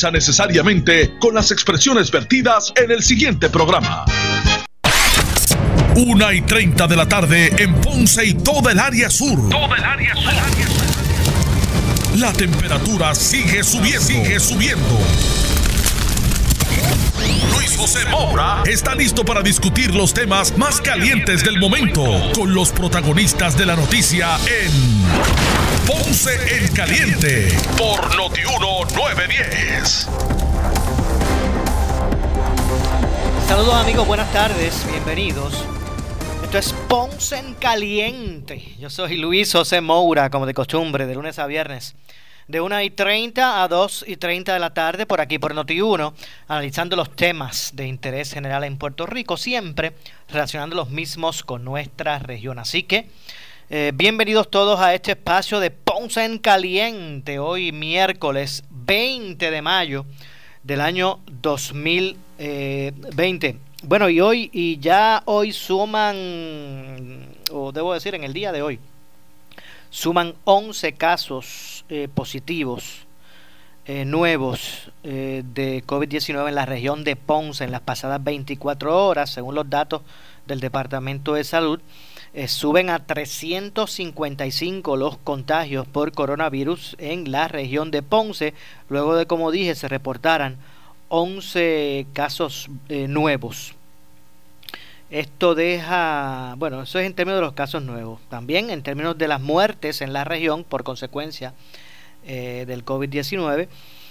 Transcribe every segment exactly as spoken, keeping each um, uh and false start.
solidariza necesariamente con las expresiones vertidas en el siguiente programa. Una y treinta de la tarde en Ponce y toda el área sur. Toda el área sur. La temperatura sigue subiendo. Sigue subiendo. Luis José Moura está listo para discutir los temas más calientes del momento con los protagonistas de la noticia en Ponce en Caliente por Noti uno nueve diez. Saludos amigos, buenas tardes, bienvenidos. Esto es Ponce en Caliente. Yo soy Luis José Moura, como de costumbre, de lunes a viernes, de una y treinta a dos y treinta de la tarde, por aquí por Noti uno, analizando los temas de interés general en Puerto Rico, siempre relacionando los mismos con nuestra región. Así que, eh, bienvenidos todos a este espacio de Ponce en Caliente, hoy miércoles veinte de mayo del año dos mil veinte. Bueno, y hoy, y ya hoy suman, o debo decir en el día de hoy, suman once casos eh, positivos eh, nuevos eh, de COVID diecinueve en la región de Ponce en las pasadas veinticuatro horas, según los datos del Departamento de Salud. Eh, suben a trescientos cincuenta y cinco los contagios por coronavirus en la región de Ponce, luego de, como dije, se reportaran once casos eh, nuevos. Esto deja, bueno, eso es en términos de los casos nuevos. También en términos de las muertes en la región por consecuencia eh, del COVID diecinueve.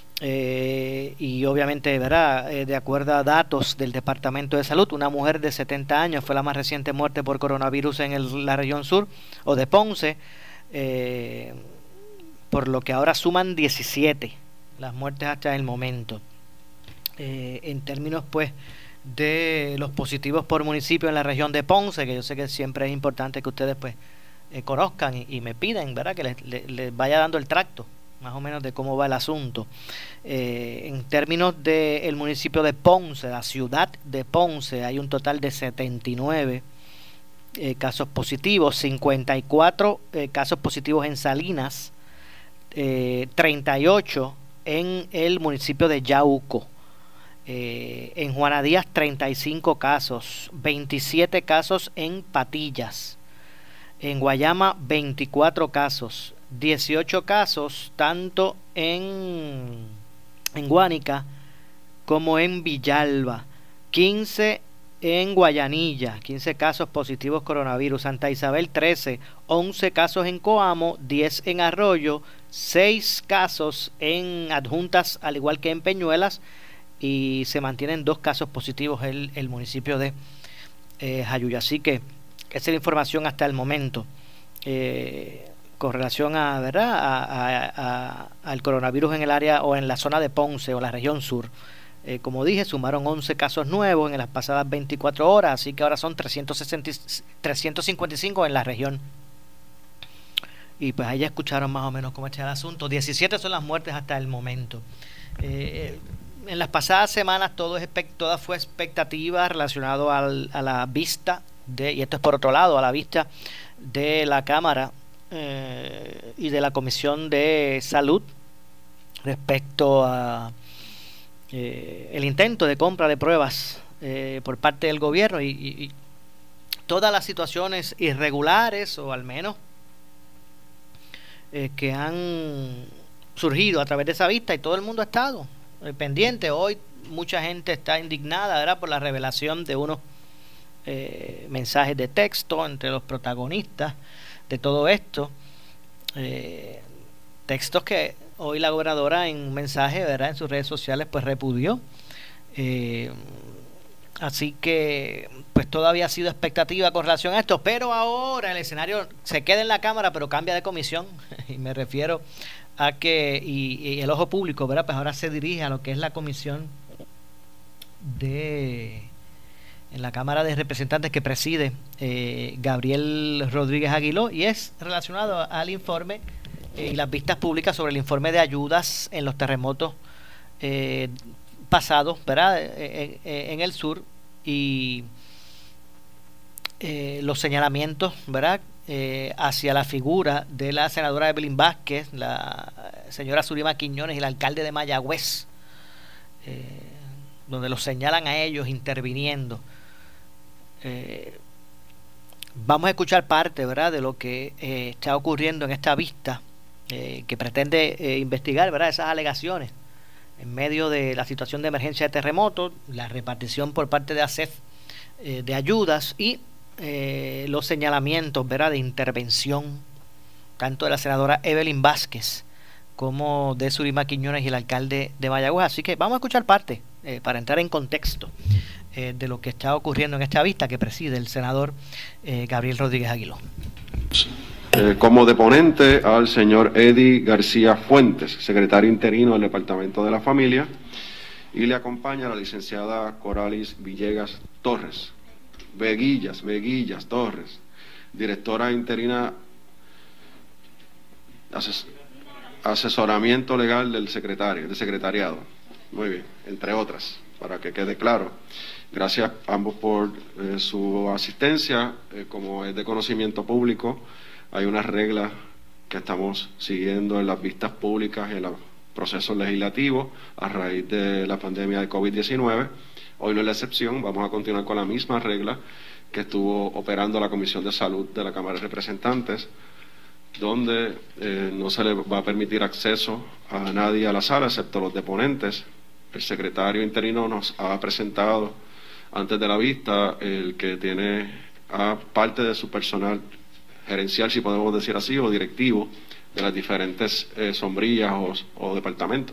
Eh, y obviamente, ¿verdad? Eh, de acuerdo a datos del Departamento de Salud, una mujer de setenta años fue la más reciente muerte por coronavirus en el, la región sur o de Ponce, eh, por lo que ahora suman diecisiete las muertes hasta el momento. Eh, en términos pues de los positivos por municipio en la región de Ponce, que yo sé que siempre es importante que ustedes pues eh, conozcan y, y me piden, ¿verdad?, que les, les, les vaya dando el tracto más o menos de cómo va el asunto. Eh, en términos del municipio de Ponce, la ciudad de Ponce, hay un total de setenta y nueve eh, casos positivos, cincuenta y cuatro eh, casos positivos en Salinas, eh, treinta y ocho en el municipio de Yauco. Eh, en Juana Díaz treinta y cinco casos, veintisiete casos en Patillas, en Guayama veinticuatro casos, dieciocho casos tanto en, en Guánica como en Villalba, quince en Guayanilla, quince casos positivos coronavirus, Santa Isabel trece, once casos en Coamo, diez en Arroyo, seis casos en Adjuntas al igual que en Peñuelas, y se mantienen dos casos positivos en el, el municipio de eh, Jayuya. Así que esa es la información hasta el momento eh, con relación a, ¿verdad?, a, a, a, al coronavirus en el área o en la zona de Ponce o la región sur. Eh, como dije, sumaron once casos nuevos en las pasadas veinticuatro horas, así que ahora son trescientos cincuenta y cinco en la región. Y pues ahí ya escucharon más o menos cómo está el asunto. diecisiete son las muertes hasta el momento. Eh, En las pasadas semanas todo es toda fue expectativa relacionado al, a la vista de, y esto es por otro lado, a la vista de la Cámara eh, y de la Comisión de Salud respecto a eh, el intento de compra de pruebas eh, por parte del gobierno y, y, y todas las situaciones irregulares o al menos eh, que han surgido a través de esa vista, y todo el mundo ha estado pendiente. Hoy mucha gente está indignada, ¿verdad?, por la revelación de unos eh, mensajes de texto entre los protagonistas de todo esto, eh, textos que hoy la gobernadora en un mensaje, ¿verdad?, en sus redes sociales pues repudió. Eh, así que pues todavía ha sido expectativa con relación a esto, pero ahora el escenario se queda en la Cámara pero cambia de comisión y me refiero a que y, y el ojo público, ¿verdad?, pues ahora se dirige a lo que es la comisión de en la Cámara de Representantes que preside eh, Gabriel Rodríguez Aguiló, y es relacionado al informe eh, y las vistas públicas sobre el informe de ayudas en los terremotos eh, pasados, ¿verdad?, en, en el sur, y eh, los señalamientos, ¿verdad?, Eh, hacia la figura de la senadora Evelyn Vázquez, la señora Zulima Quiñones y el alcalde de Mayagüez, eh, donde los señalan a ellos interviniendo. Eh, vamos a escuchar parte, ¿verdad?, de lo que eh, está ocurriendo en esta vista eh, que pretende eh, investigar, ¿verdad?, esas alegaciones en medio de la situación de emergencia de terremoto, la repartición por parte de A S E F eh, de ayudas y eh, los señalamientos, ¿verdad?, de intervención tanto de la senadora Evelyn Vázquez como de Surima Quiñones y el alcalde de Mayagüez. Así que vamos a escuchar parte eh, para entrar en contexto eh, de lo que está ocurriendo en esta vista que preside el senador eh, Gabriel Rodríguez Aguiló. Eh, como deponente al señor Eddie García Fuentes, secretario interino del Departamento de la Familia, y le acompaña la licenciada Coralis Villegas Torres, Veguillas, Veguillas Torres, directora interina ases, asesoramiento legal del secretario, del secretariado. Muy bien, entre otras, para que quede claro. Gracias a ambos por eh, su asistencia. Eh, como es de conocimiento público, hay unas reglas que estamos siguiendo en las vistas públicas y en los procesos legislativos a raíz de la pandemia de COVID diecinueve. Hoy no es la excepción, vamos a continuar con la misma regla que estuvo operando la Comisión de Salud de la Cámara de Representantes, donde eh, no se le va a permitir acceso a nadie a la sala, excepto los deponentes. El secretario interino nos ha presentado antes de la vista el que tiene a parte de su personal gerencial, si podemos decir así, o directivo de las diferentes eh, sombrillas o, o departamentos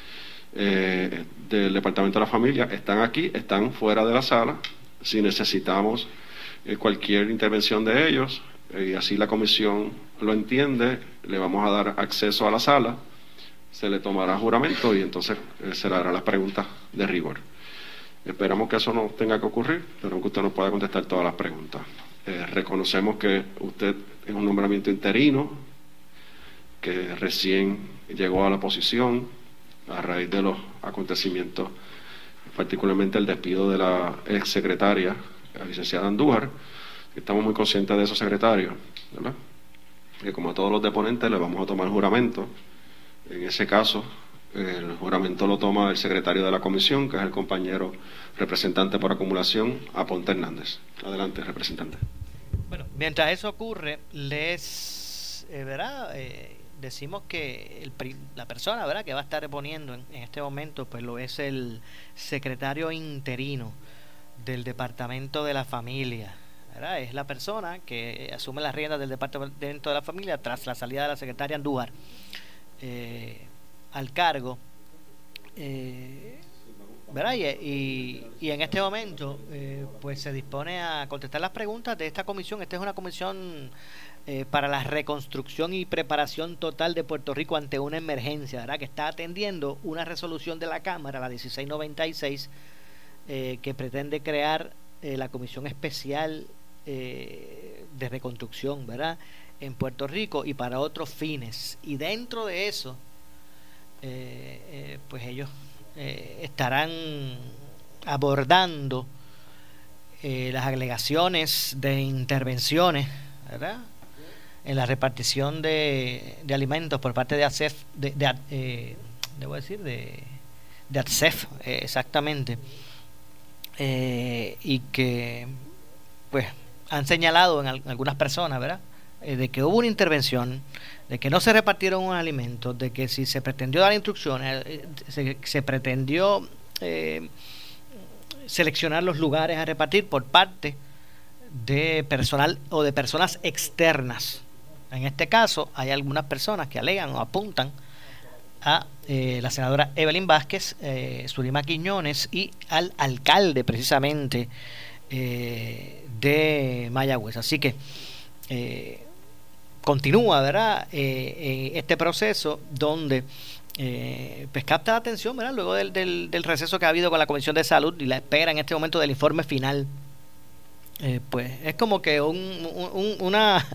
eh, del Departamento de la Familia. Están aquí, están fuera de la sala. Si necesitamos eh, cualquier intervención de ellos, eh, y así la comisión lo entiende, le vamos a dar acceso a la sala, se le tomará juramento y entonces eh, se le harán las preguntas de rigor. Esperamos que eso no tenga que ocurrir, pero que usted nos pueda contestar todas las preguntas. Eh, reconocemos que usted es un nombramiento interino, que recién llegó a la posición a raíz de los acontecimientos, particularmente el despido de la ex secretaria, la licenciada Andújar. Estamos muy conscientes de esos secretarios, ¿verdad? Y como a todos los deponentes le vamos a tomar juramento. En ese caso, el juramento lo toma el secretario de la comisión, que es el compañero representante por acumulación, Aponte Hernández. Adelante, representante. Bueno, mientras eso ocurre, les eh, ¿verdad? Eh, decimos que el, la persona, ¿verdad?, que va a estar reponiendo en, en este momento, pues lo es el secretario interino del Departamento de la Familia, ¿verdad? Es la persona que asume las riendas del Departamento de la Familia tras la salida de la secretaria Andújar eh, al cargo, eh, ¿verdad? Y, y, y en este momento eh, pues se dispone a contestar las preguntas de esta comisión. Esta es una comisión eh, para la reconstrucción y preparación total de Puerto Rico ante una emergencia, ¿verdad?, que está atendiendo una resolución de la Cámara, la dieciséis noventa y seis, eh, que pretende crear eh, la comisión especial eh, de reconstrucción, ¿verdad?, en Puerto Rico y para otros fines. Y dentro de eso eh, eh, pues ellos eh, estarán abordando eh, las alegaciones de intervenciones, ¿verdad?, en la repartición de, de alimentos por parte de A S E F, de, de, eh, debo decir de, de A S E F, eh, exactamente, eh, y que pues han señalado en al, algunas personas, ¿verdad?, eh, de que hubo una intervención, de que no se repartieron unos alimentos, de que si se pretendió dar instrucciones, eh, se, se pretendió eh, seleccionar los lugares a repartir por parte de personal o de personas externas. En este caso hay algunas personas que alegan o apuntan a eh, la senadora Evelyn Vázquez, eh, Surima Quiñones y al alcalde precisamente eh, de Mayagüez. Así que eh, continúa, ¿verdad?, eh, eh, este proceso donde eh, pues capta la atención, ¿verdad?, luego del, del, del receso que ha habido con la Comisión de Salud y la espera en este momento del informe final. Eh, pues es como que un, un, una,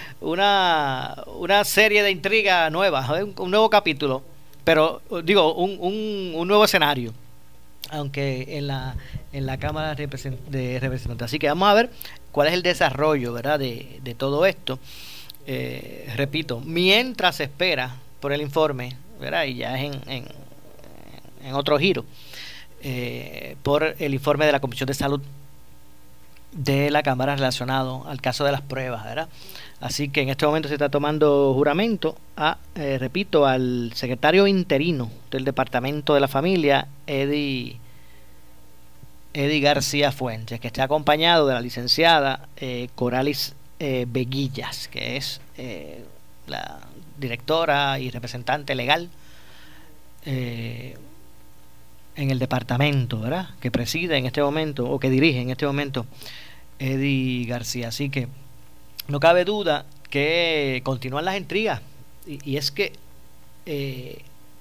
una una serie de intriga nueva, un, un nuevo capítulo, pero digo un, un, un nuevo escenario, aunque en la en la Cámara de Representantes. Así que vamos a ver cuál es el desarrollo, ¿verdad?, de, de todo esto. Eh, repito, mientras se espera por el informe, ¿verdad?, y ya es en, en, en otro giro, eh, por el informe de la Comisión de Salud de la Cámara relacionado al caso de las pruebas, ¿verdad? Así que en este momento se está tomando juramento a, eh, repito, al secretario interino del Departamento de la Familia, Eddie, Eddie García Fuentes, que está acompañado de la licenciada eh, Coralis eh, Veguillas, que es eh, la directora y representante legal eh, en el departamento, ¿verdad?, que preside en este momento, o que dirige en este momento, Eddie García. Así que no cabe duda que continúan las intrigas, y, y es que eh,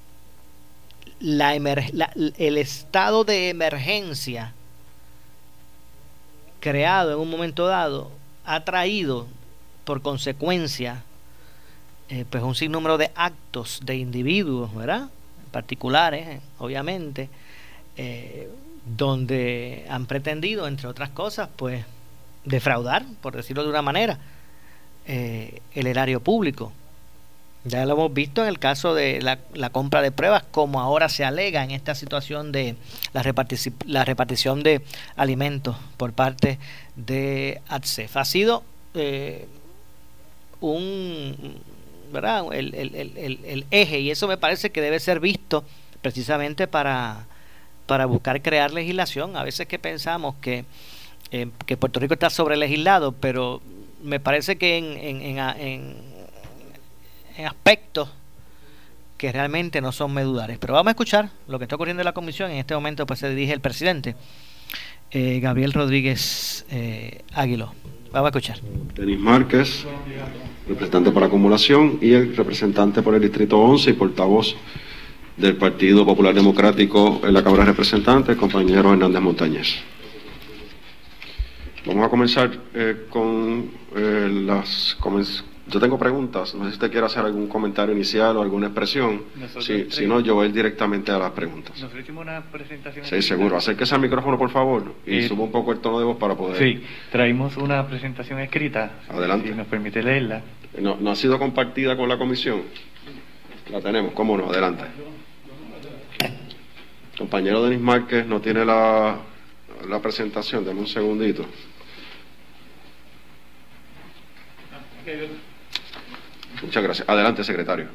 la emer la, el estado de emergencia creado en un momento dado ha traído por consecuencia eh, pues un sinnúmero de actos de individuos, ¿verdad?, particulares, obviamente, eh, donde han pretendido, entre otras cosas, pues defraudar, por decirlo de una manera, eh, el erario público. Ya lo hemos visto en el caso de la, la compra de pruebas, como ahora se alega en esta situación de la, repartici la repartición de alimentos por parte de ATSEF. Ha sido eh, un, ¿verdad?, el, el, el, el eje, y eso me parece que debe ser visto precisamente para, para buscar crear legislación. A veces que pensamos que Eh, que Puerto Rico está sobre legislado, pero me parece que en, en, en, en, en aspectos que realmente no son medulares. Pero vamos a escuchar lo que está ocurriendo en la comisión. En este momento pues se dirige el presidente eh, Gabriel Rodríguez eh, Aguiló. Vamos a escuchar. Denis Márquez, representante por acumulación, y el representante por el Distrito once y portavoz del Partido Popular Democrático en la Cámara de Representantes, el compañero Hernández Montañez. Vamos a comenzar eh, con eh, las... Yo tengo preguntas, no sé si usted quiere hacer algún comentario inicial o alguna expresión. Si, si no, yo voy directamente a las preguntas. Nosotros hicimos una presentación... Sí, seguro. Acérquese al micrófono, por favor, y eh, suba un poco el tono de voz para poder... Sí, traímos una presentación escrita. Adelante. Si nos permite leerla. No, no ha sido compartida con la comisión. La tenemos, cómo no, adelante. Compañero Denis Márquez no tiene la, la presentación, dame un segundito. Muchas gracias. Adelante, secretario.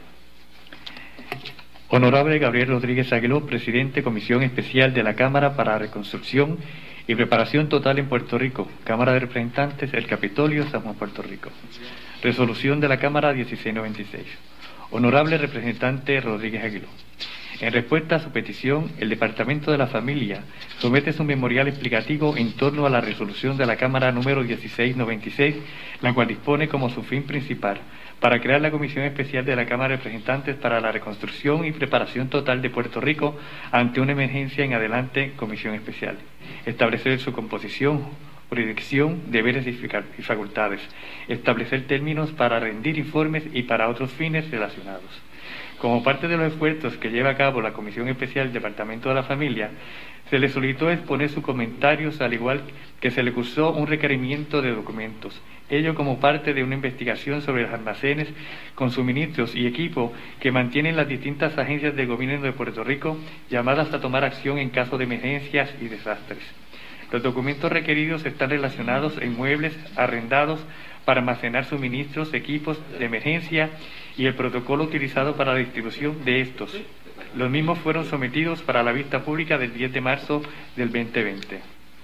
Honorable Gabriel Rodríguez Aguiló, presidente Comisión Especial de la Cámara para la Reconstrucción y Preparación Total en Puerto Rico, Cámara de Representantes, El Capitolio, San Juan, Puerto Rico. Resolución de la Cámara dieciséis noventa y seis. Honorable representante Rodríguez Aguiló, en respuesta a su petición, el Departamento de la Familia somete su memorial explicativo en torno a la resolución de la Cámara número dieciséis noventa y seis, la cual dispone como su fin principal para crear la Comisión Especial de la Cámara de Representantes para la Reconstrucción y Preparación Total de Puerto Rico ante una emergencia en adelante Comisión Especial. Establecer su composición, jurisdicción, deberes y facultades. Establecer términos para rendir informes y para otros fines relacionados. Como parte de los esfuerzos que lleva a cabo la Comisión Especial del Departamento de la Familia, se le solicitó exponer sus comentarios, al igual que se le cursó un requerimiento de documentos, ello como parte de una investigación sobre los almacenes con suministros y equipo que mantienen las distintas agencias del gobierno de Puerto Rico, llamadas a tomar acción en caso de emergencias y desastres. Los documentos requeridos están relacionados a inmuebles arrendados para almacenar suministros, equipos de emergencia y el protocolo utilizado para la distribución de estos. Los mismos fueron sometidos para la vista pública del diez de marzo del veinte veinte.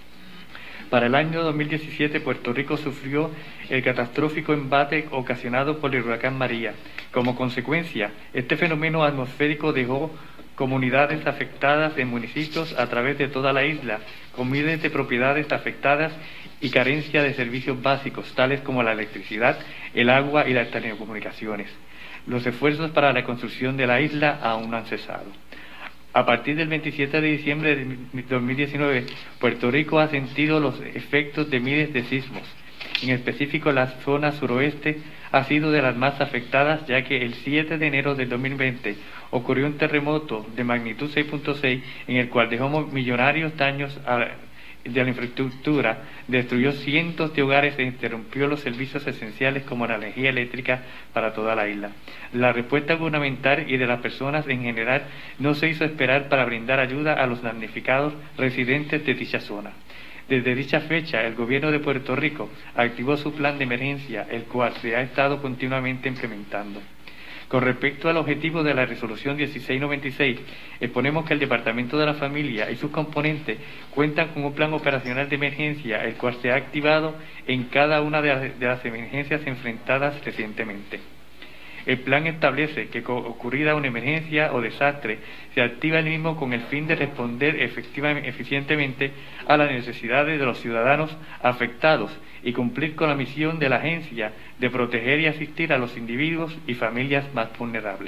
Para el año dos mil diecisiete, Puerto Rico sufrió el catastrófico embate ocasionado por el huracán María. Como consecuencia, este fenómeno atmosférico dejó comunidades afectadas en municipios a través de toda la isla, con miles de propiedades afectadas y carencia de servicios básicos, tales como la electricidad, el agua y las telecomunicaciones. Los esfuerzos para la reconstrucción de la isla aún no han cesado. A partir del veintisiete de diciembre de dos mil diecinueve, Puerto Rico ha sentido los efectos de miles de sismos. En específico, la zona suroeste ha sido de las más afectadas, ya que el siete de enero del dos mil veinte ocurrió un terremoto de magnitud seis punto seis, en el cual dejó millonarios daños a, de la infraestructura, destruyó cientos de hogares e interrumpió los servicios esenciales como la energía eléctrica para toda la isla. La respuesta gubernamental y de las personas en general no se hizo esperar para brindar ayuda a los damnificados residentes de dicha zona. Desde dicha fecha, el gobierno de Puerto Rico activó su plan de emergencia, el cual se ha estado continuamente implementando. Con respecto al objetivo de la resolución dieciséis noventa y seis, exponemos que el Departamento de la Familia y sus componentes cuentan con un plan operacional de emergencia, el cual se ha activado en cada una de las, de las emergencias enfrentadas recientemente. El plan establece que ocurrida una emergencia o desastre, se activa el mismo con el fin de responder efectivamente, eficientemente a las necesidades de los ciudadanos afectados y cumplir con la misión de la agencia de proteger y asistir a los individuos y familias más vulnerables.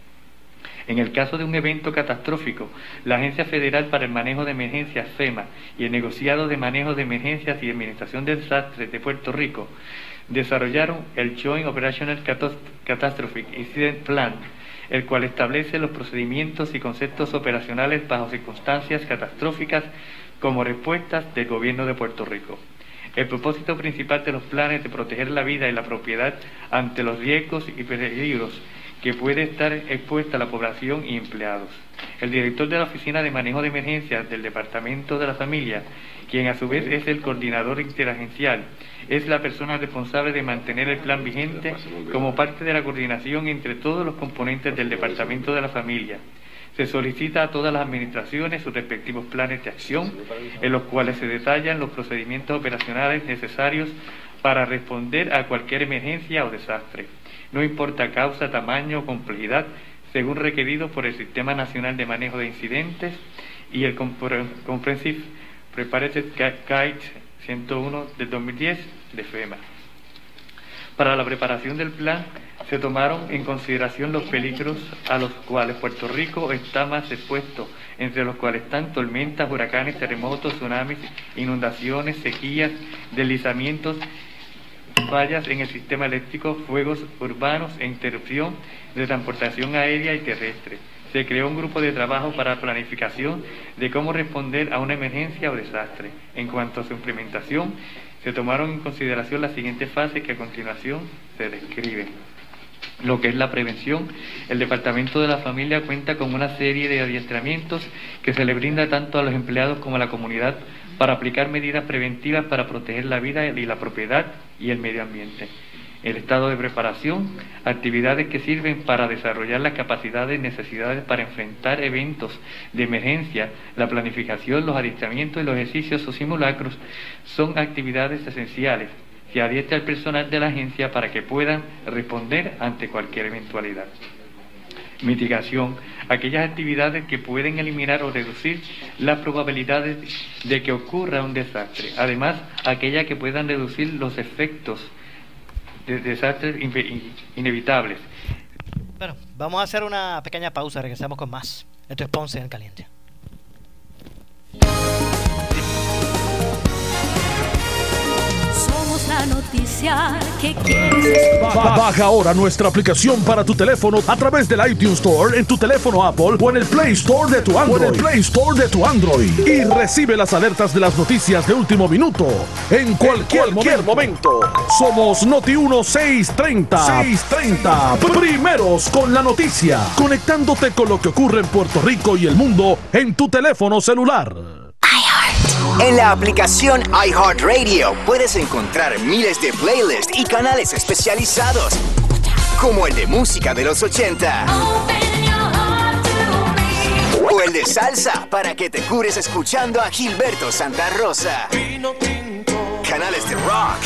En el caso de un evento catastrófico, la Agencia Federal para el Manejo de Emergencias, FEMA, y el Negociado de Manejo de Emergencias y Administración de Desastres de Puerto Rico desarrollaron el Joint Operational Catastrophic Incident Plan, el cual establece los procedimientos y conceptos operacionales bajo circunstancias catastróficas como respuestas del Gobierno de Puerto Rico. El propósito principal de los planes es de proteger la vida y la propiedad ante los riesgos y peligros que puede estar expuesta la población y empleados. El director de la Oficina de Manejo de Emergencias del Departamento de la Familia, quien a su vez es el coordinador interagencial, es la persona responsable de mantener el plan vigente como parte de la coordinación entre todos los componentes del Departamento de la Familia. Se solicita a todas las administraciones sus respectivos planes de acción, en los cuales se detallan los procedimientos operacionales necesarios para responder a cualquier emergencia o desastre. No importa causa, tamaño o complejidad, según requerido por el Sistema Nacional de Manejo de Incidentes y el Comprehensive Preparedness Guide ciento uno del dos mil diez de FEMA. Para la preparación del plan se tomaron en consideración los peligros a los cuales Puerto Rico está más expuesto, entre los cuales están tormentas, huracanes, terremotos, tsunamis, inundaciones, sequías, deslizamientos, fallas en el sistema eléctrico, fuegos urbanos e interrupción de transportación aérea y terrestre. Se creó un grupo de trabajo para planificación de cómo responder a una emergencia o desastre. En cuanto a su implementación, se tomaron en consideración las siguientes fases que a continuación se describen. Lo que es la prevención, el Departamento de la Familia cuenta con una serie de adiestramientos que se le brinda tanto a los empleados como a la comunidad para aplicar medidas preventivas para proteger la vida y la propiedad y el medio ambiente. El estado de preparación, actividades que sirven para desarrollar las capacidades y necesidades para enfrentar eventos de emergencia, la planificación, los adiestramientos y los ejercicios o simulacros son actividades esenciales. Se adiestra al personal de la agencia para que puedan responder ante cualquier eventualidad. Mitigación, aquellas actividades que pueden eliminar o reducir las probabilidades de que ocurra un desastre. Además, aquellas que puedan reducir los efectos de desastres inevitables. Bueno, vamos a hacer una pequeña pausa, regresamos con más. Esto es Ponce en Caliente. Somos la noticia que quieres escuchar. Baja ahora nuestra aplicación para tu teléfono a través del iTunes Store, en tu teléfono Apple o en el Play Store de tu Android. O en el Play Store de tu Android. Y recibe las alertas de las noticias de último minuto en cualquier, en cualquier momento. momento. Somos Noti uno seiscientos treinta. seiscientos treinta. Primeros con la noticia. Conectándote con lo que ocurre en Puerto Rico y el mundo en tu teléfono celular. En la aplicación iHeartRadio puedes encontrar miles de playlists y canales especializados, como el de música de los ochenta o el de salsa, para que te cures escuchando a Gilberto Santa Rosa. Canales de rock,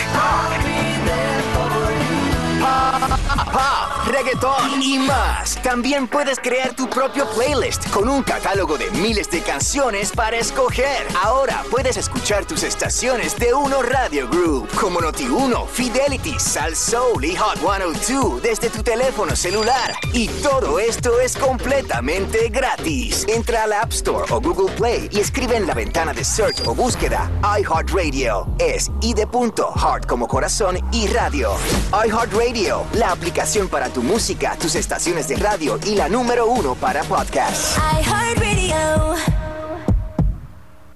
pop, reggaetón y más. También puedes crear tu propio playlist con un catálogo de miles de canciones para escoger. Ahora puedes escuchar tus estaciones de Uno Radio Group, como Noti uno, Fidelity, Sal Soul y Hot ciento dos desde tu teléfono celular. Y todo esto es completamente gratis. Entra a la App Store o Google Play y escribe en la ventana de search o búsqueda iHeartRadio. Es I de punto, Heart como corazón y radio. iHeartRadio, la aplicación para tu música, tus estaciones de radio y la número uno para podcasts. iHeartRadio.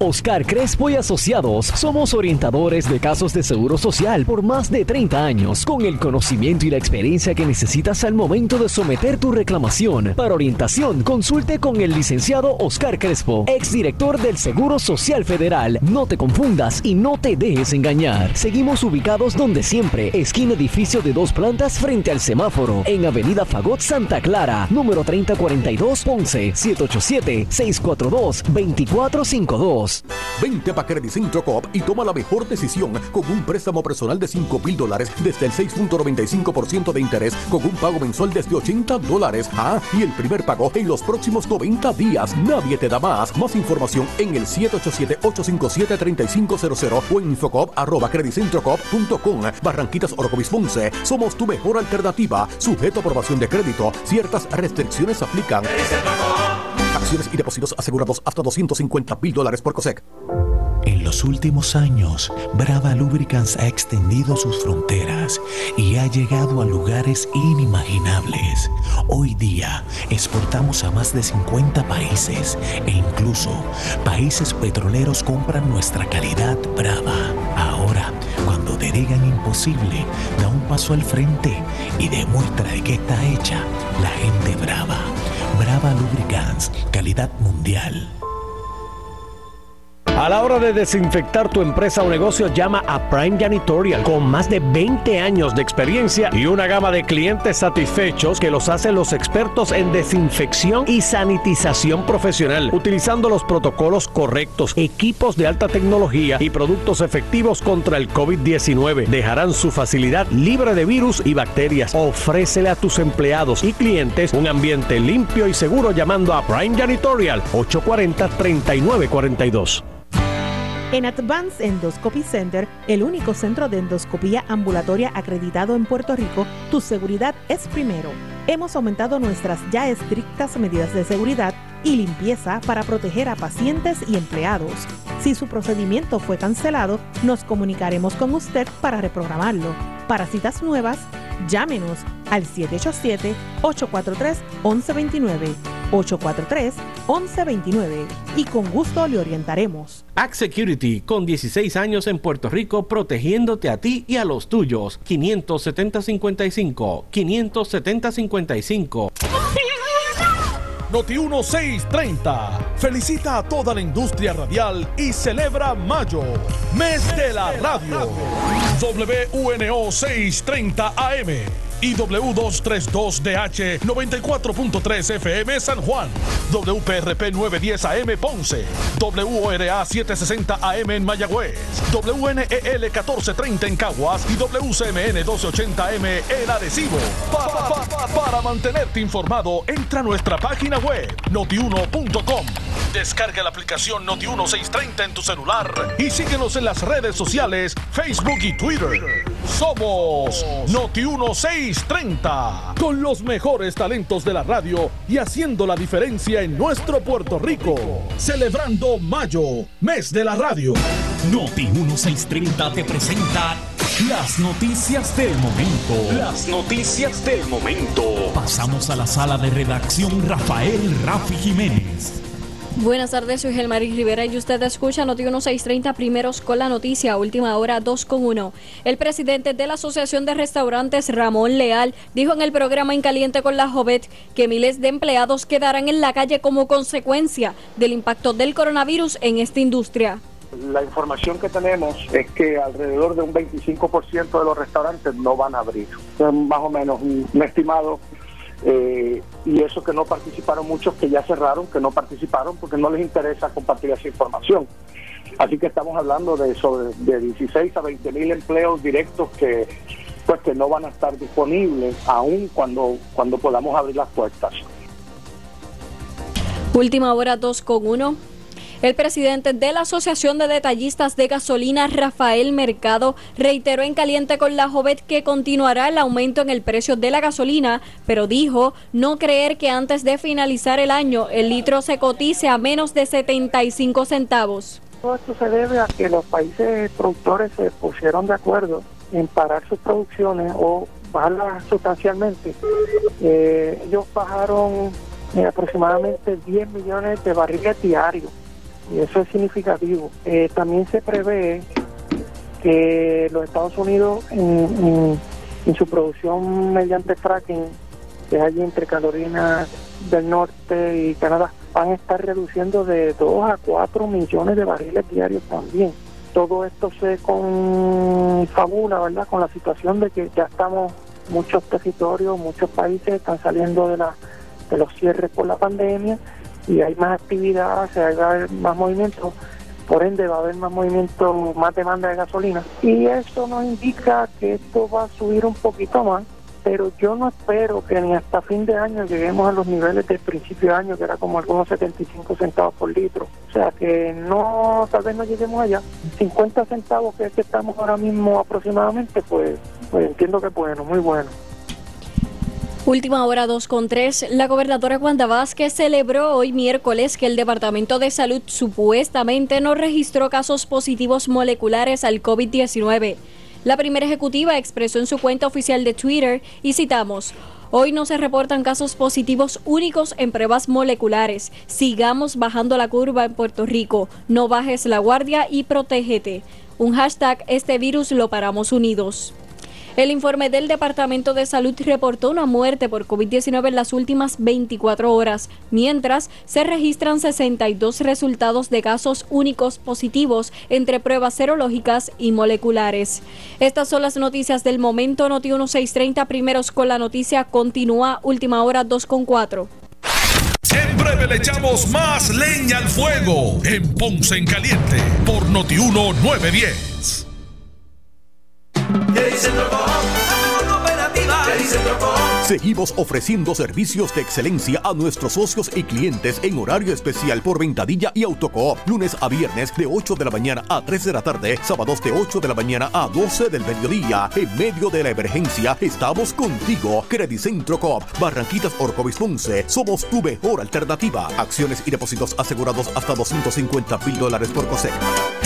Oscar Crespo y Asociados. Somos orientadores de casos de seguro social por más de treinta años, con el conocimiento y la experiencia que necesitas al momento de someter tu reclamación. Para orientación, consulte con el licenciado Oscar Crespo, exdirector del Seguro Social Federal. No te confundas y no te dejes engañar. Seguimos ubicados donde siempre, esquina edificio de dos plantas frente al semáforo, en Avenida Fagot Santa Clara, número treinta cuarenta y dos, Ponce, siete ocho siete, seis cuatro dos, dos cuatro cinco dos. Vente pa' Credit Centro Coop y toma la mejor decisión con un préstamo personal de cinco mil dólares desde el seis punto noventa y cinco por ciento de interés con un pago mensual desde ochenta dólares. Ah, y el primer pago en los próximos noventa días. Nadie te da más. Más información en el siete ocho siete, ocho cinco siete, tres cinco cero cero o en infocoop arroba creditcentrocoop punto com. Barranquitas Orocovis Ponce. Somos tu mejor alternativa. Sujeto a aprobación de crédito. Ciertas restricciones aplican. Acciones y depósitos asegurados hasta doscientos cincuenta mil dólares por COSEC. En los últimos años, Brava Lubricants ha extendido sus fronteras y ha llegado a lugares inimaginables. Hoy día, exportamos a más de cincuenta países e incluso países petroleros compran nuestra calidad Brava. Ahora, cuando te digan imposible, da un paso al frente y demuestra de qué está hecha la gente brava. Brava Lubricants, calidad mundial. A la hora de desinfectar tu empresa o negocio, llama a Prime Janitorial, con más de veinte años de experiencia y una gama de clientes satisfechos que los hacen los expertos en desinfección y sanitización profesional, utilizando los protocolos correctos, equipos de alta tecnología y productos efectivos contra el COVID diecinueve. Dejarán su facilidad libre de virus y bacterias. Ofrécele a tus empleados y clientes un ambiente limpio y seguro llamando a Prime Janitorial ocho cuatro cero, tres nueve cuatro dos. En Advanced Endoscopy Center, el único centro de endoscopía ambulatoria acreditado en Puerto Rico, tu seguridad es primero. Hemos aumentado nuestras ya estrictas medidas de seguridad y limpieza para proteger a pacientes y empleados. Si su procedimiento fue cancelado, nos comunicaremos con usted para reprogramarlo. Para citas nuevas, llámenos al siete ocho siete, ocho cuatro tres, once veintinueve, ocho cuatro tres, once veintinueve y con gusto le orientaremos. Act Security, con dieciséis años en Puerto Rico, protegiéndote a ti y a los tuyos. quinientos setenta cincuenta y cinco, quinientos setenta cincuenta y cinco. Noti uno seiscientos treinta felicita a toda la industria radial y celebra Mayo, mes de la radio. W U N O seiscientos treinta A M y W doscientos treinta y dos D H noventa y cuatro punto tres F M San Juan, W P R P novecientos diez A M Ponce, W O R A setecientos sesenta A M en Mayagüez, W N E L catorce treinta en Caguas y W C M N doce ochenta A M en Arecibo. Pa, pa, pa, para mantenerte informado, entra a nuestra página web noti uno punto com. Descarga la aplicación Noti uno seiscientos treinta en tu celular y síguenos en las redes sociales, Facebook y Twitter. Somos Noti uno seiscientos treinta, con los mejores talentos de la radio y haciendo la diferencia en nuestro Puerto Rico. Celebrando Mayo, mes de la radio. Noti uno seiscientos treinta te presenta las noticias del momento. Las noticias del momento. Pasamos a la sala de redacción Rafael Rafi Jiménez. Buenas tardes, soy Gelmaris Rivera y usted escucha Noti uno seiscientos treinta, primeros con la noticia, última hora dos con uno. El presidente de la Asociación de Restaurantes, Ramón Leal, dijo en el programa En Caliente con la Jovet que miles de empleados quedarán en la calle como consecuencia del impacto del coronavirus en esta industria. La información que tenemos es que alrededor de un veinticinco por ciento de los restaurantes no van a abrir. Es más o menos un, un estimado. Eh, y eso que no participaron muchos, que ya cerraron, que no participaron porque no les interesa compartir esa información. Así que estamos hablando de sobre de dieciséis a veinte mil empleos directos que pues que no van a estar disponibles aún cuando, cuando podamos abrir las puertas. Última hora dos con uno. El presidente de la Asociación de Detallistas de Gasolina, Rafael Mercado, reiteró en Caliente con la Jovet que continuará el aumento en el precio de la gasolina, pero dijo no creer que antes de finalizar el año el litro se cotice a menos de setenta y cinco centavos. Todo esto se debe a que los países productores se pusieron de acuerdo en parar sus producciones o bajarlas sustancialmente. Eh, ellos bajaron eh, aproximadamente diez millones de barriles diarios. y eso es significativo. Eh, también se prevé que los Estados Unidos en, en, en su producción mediante fracking, que es allí entre Carolina del Norte y Canadá, van a estar reduciendo de dos a cuatro millones de barriles diarios también. Todo esto se confabula, ¿verdad?, con la situación de que ya estamos, muchos territorios, muchos países están saliendo de, la, de los cierres por la pandemia y hay más actividad, se va a haber más movimiento, por ende va a haber más movimiento, más demanda de gasolina, y eso nos indica que esto va a subir un poquito más, pero yo no espero que ni hasta fin de año lleguemos a los niveles del principio de año, que era como algunos setenta y cinco centavos por litro. O sea que no, tal vez no lleguemos allá. cincuenta centavos, que es que estamos ahora mismo aproximadamente, pues, pues entiendo que es bueno, muy bueno. Última hora dos con tres. La gobernadora Wanda Vázquez celebró hoy miércoles que el Departamento de Salud supuestamente no registró casos positivos moleculares al COVID diecinueve. La primera ejecutiva expresó en su cuenta oficial de Twitter, y citamos: hoy no se reportan casos positivos únicos en pruebas moleculares. Sigamos bajando la curva en Puerto Rico. No bajes la guardia y protégete. Un hashtag, este virus lo paramos unidos. El informe del Departamento de Salud reportó una muerte por COVID diecinueve en las últimas veinticuatro horas, mientras se registran sesenta y dos resultados de casos únicos positivos entre pruebas serológicas y moleculares. Estas son las noticias del momento. Noti uno seiscientos treinta, primeros con la noticia, continúa última hora dos con cuatro. En breve le echamos más leña al fuego en Ponce en Caliente por Noti uno nueve diez. Seguimos ofreciendo servicios de excelencia a nuestros socios y clientes en horario especial por Ventadilla y Autocoop, lunes a viernes de ocho de la mañana a tres de la tarde, sábados de ocho de la mañana a doce del mediodía. En medio de la emergencia, estamos contigo. Credicentro Coop, Barranquitas, Orocovis, Ponce. Somos tu mejor alternativa. Acciones y depósitos asegurados hasta doscientos cincuenta mil dólares por cosecha.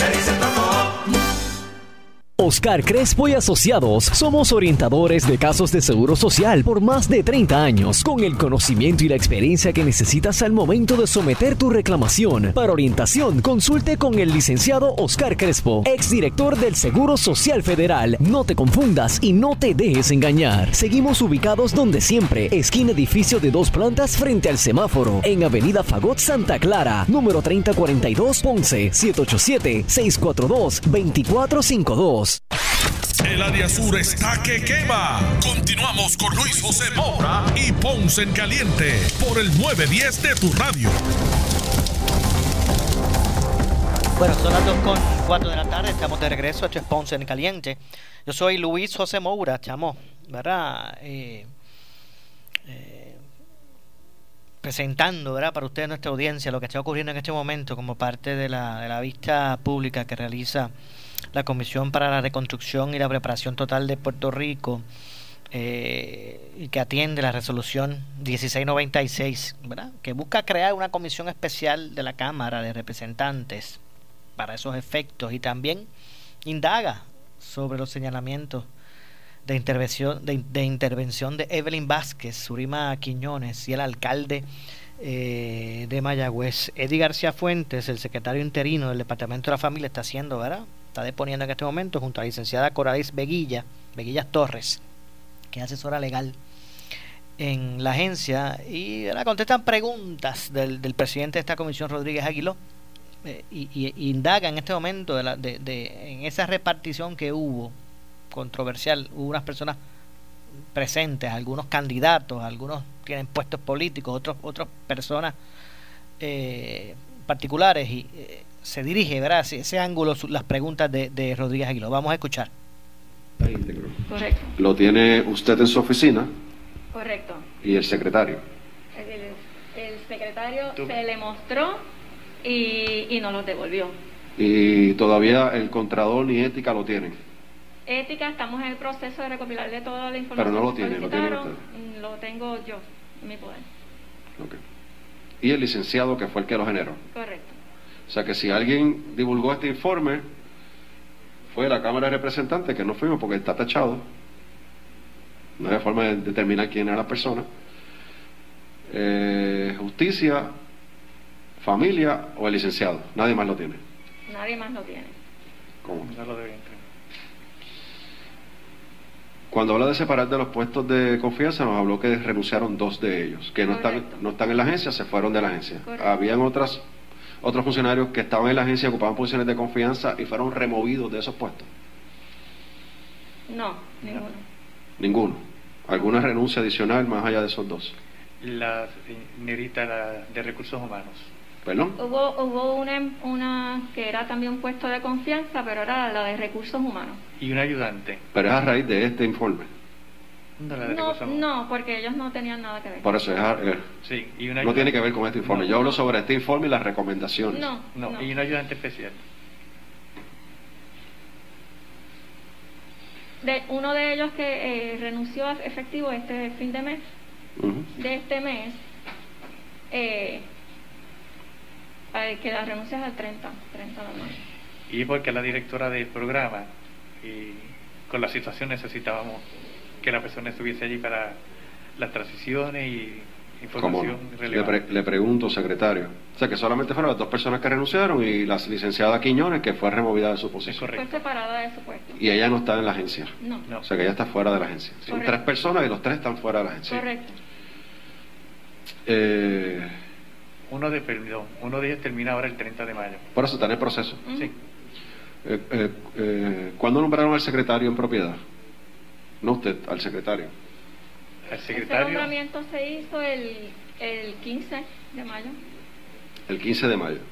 Oscar Crespo y Asociados. Somos orientadores de casos de seguro social por más de treinta años, con el conocimiento y la experiencia que necesitas al momento de someter tu reclamación. Para orientación, consulte con el licenciado Oscar Crespo, exdirector del Seguro Social Federal. No te confundas y no te dejes engañar. Seguimos ubicados donde siempre, esquina edificio de dos plantas frente al semáforo, en Avenida Fagot Santa Clara, número treinta cuarenta y dos, Ponce, siete ocho siete, seis cuatro dos, dos cuatro cinco dos. El área sur está que quema. Continuamos con Luis José Moura y Ponce en Caliente por el nueve diez de tu radio. Bueno, son las dos con cuatro de la tarde, estamos de regreso. Esto es Ponce en Caliente. Yo soy Luis José Moura, chamo, ¿verdad? Eh, eh, presentando, ¿verdad?, para ustedes, nuestra audiencia, lo que está ocurriendo en este momento como parte de la, de la vista pública que realiza la Comisión para la Reconstrucción y la Preparación Total de Puerto Rico, eh, y que atiende la resolución dieciséis noventa y seis, ¿verdad?, que busca crear una comisión especial de la Cámara de Representantes para esos efectos, y también indaga sobre los señalamientos de intervención de, de intervención de Evelyn Vázquez, Surima Quiñones y el alcalde eh, de Mayagüez. Eddie García Fuentes, el secretario interino del Departamento de la Familia, está haciendo, ¿verdad?, está deponiendo en este momento junto a la licenciada Coralis Veguilla, Veguillas Torres, que es asesora legal en la agencia, y ¿verdad?, contestan preguntas del, del presidente de esta comisión, Rodríguez Aguiló, eh, y, y, y indaga en este momento de, la, de, de en esa repartición que hubo controversial. Hubo unas personas presentes, algunos candidatos, algunos tienen puestos políticos, otros otras personas eh, particulares, y eh, se dirige, ¿verdad?, ese ángulo, las preguntas de, de Rodríguez Aguiló. Vamos a escuchar. Correcto. ¿Lo tiene usted en su oficina? Correcto. ¿Y el secretario? El, el secretario ¿Tú? se le mostró y, y no lo devolvió. ¿Y todavía el Contralor ni Ética lo tienen? Ética, estamos en el proceso de recopilarle toda la información. Pero no lo que tiene, ¿lo tiene usted? Lo tengo yo, en mi poder. Okay. ¿Y el licenciado, que fue el que lo generó? Correcto. O sea que si alguien divulgó este informe, fue la Cámara de Representantes, que no fuimos porque está tachado. No hay forma de determinar quién era la persona. Eh, justicia familia o el licenciado. Nadie más lo tiene. Nadie más lo tiene. ¿Cómo? No lo deben tener. Cuando habla de separar de los puestos de confianza, nos habló que renunciaron dos de ellos, que no están, no están en la agencia, se fueron de la agencia. Correcto. Habían otras, otros funcionarios que estaban en la agencia, ocupaban posiciones de confianza y fueron removidos de esos puestos. No, ninguno. Ninguno. ¿Alguna renuncia adicional más allá de esos dos? La señorita la de recursos humanos. ¿Perdón? Hubo, hubo una, una que era también un puesto de confianza, pero era la de recursos humanos. Y un ayudante. Pero es a raíz de este informe. No, la de No, recursos humanos. no, porque ellos no tenían nada que ver. Por eso es a- eh, Sí, y un no ayudante. tiene que ver con este informe. No. Yo hablo sobre este informe y las recomendaciones. No, No, no. y un ayudante especial. De, uno de ellos que eh, renunció a efectivo este fin de mes, Ujú. de este mes, eh, eh, que la renuncia es al treinta, treinta de marzo. Y porque la directora del programa, y con la situación necesitábamos que la persona estuviese allí para las transiciones y ¿Cómo información no? Le, relevante. pre- le pregunto, secretario. O sea, que solamente fueron las dos personas que renunciaron y la licenciada Quiñones, que fue removida de su posición. Fue separada de su puesto. Y ella no está en la agencia. No. O sea, que ella está fuera de la agencia. Son Correcto. tres personas y los tres están fuera de la agencia. Correcto. Eh, Uno de, perdón, uno de ellos termina ahora el treinta de mayo. por eso está en el proceso. Sí. Eh, eh, eh, ¿Cuándo nombraron al secretario en propiedad? No usted, al secretario. El Ese secretario, nombramiento se hizo el, el quince de mayo. El quince de mayo.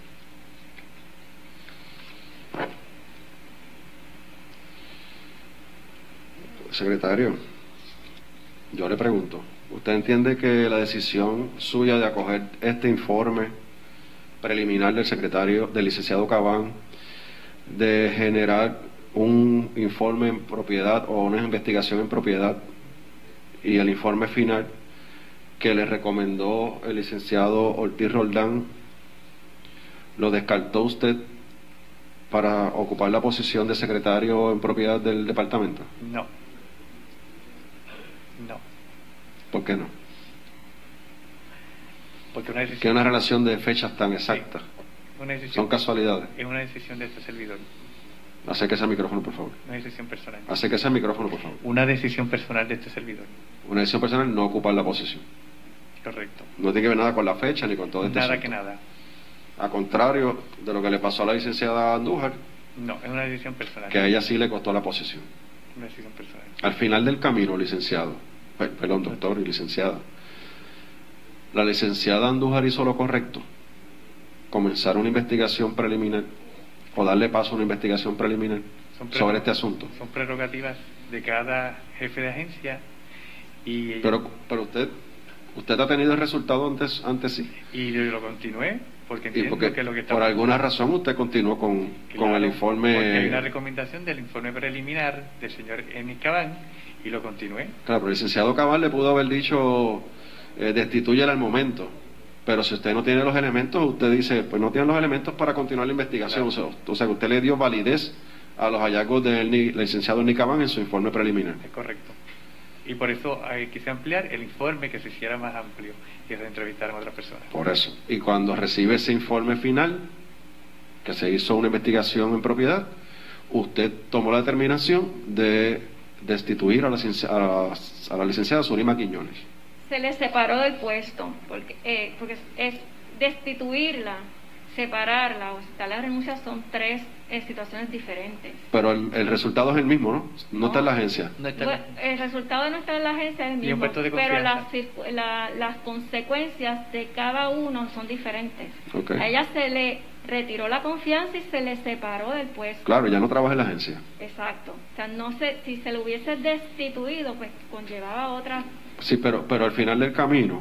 Secretario, yo le pregunto, ¿usted entiende que la decisión suya de acoger este informe preliminar del secretario, del licenciado Cabán, de generar un informe en propiedad o una investigación en propiedad y el informe final que le recomendó el licenciado Ortiz Roldán, lo descartó usted para ocupar la posición de secretario en propiedad del departamento? no. No. ¿Por qué no? Porque una Que decisión, una relación de fechas tan exactas. una decisión Son casualidades. es una decisión de este servidor, Acérquese al micrófono, por favor. una decisión personal. Acérquese al micrófono, por favor. Una decisión personal de este servidor. Una decisión personal, no ocupar la posición. Correcto. No tiene que ver nada con la fecha ni con todo este Nada asunto. que nada. A contrario de lo que le pasó a la licenciada Andújar, No, es una decisión personal. que a ella sí le costó la posición. Una decisión personal. Al final del camino, licenciado, pe- perdón, doctor y licenciada, la licenciada Andújar hizo lo correcto, comenzar una investigación preliminar o darle paso a una investigación preliminar Son sobre prerro- este asunto. Son prerrogativas de cada jefe de agencia y, Pero, pero usted, usted ha tenido el resultado antes, antes sí. y yo lo continué porque Y entiendo porque que lo que está por alguna razón usted continuó con, con el Claro, informe. porque hay una recomendación del informe preliminar del señor Emi Cabán y lo continué. Claro, pero el licenciado Cabal le pudo haber dicho eh, destituyela al momento. Pero si usted no tiene los elementos, usted dice, pues no tiene los elementos para continuar la investigación. Claro. O sea, o sea, que usted le dio validez a los hallazgos del ni- licenciado Emi Cabán en su informe preliminar. Es correcto. Y por eso eh, quise ampliar el informe, que se hiciera más amplio y se entrevistaran a otras personas. Por eso. Y cuando recibe ese informe final, que se hizo una investigación en propiedad, usted tomó la determinación de destituir a la, licencia- a la, a la licenciada Zulima Quiñones. Se le separó del puesto, porque, eh, porque es destituirla, separarla o dar la renuncia son tres eh, situaciones diferentes. Pero el, el resultado es el mismo, ¿no? No está en la agencia. Bueno, el resultado no está en la agencia, es el Y un mismo, puesto de pero confianza. las, circu- la- las consecuencias de cada uno son diferentes. Ok. A ella se le retiró la confianza y se le separó del puesto. Claro, ya no trabaja en la agencia. Exacto. O sea, no sé, si se le hubiese destituido, pues conllevaba otra. Sí, pero, pero al final del camino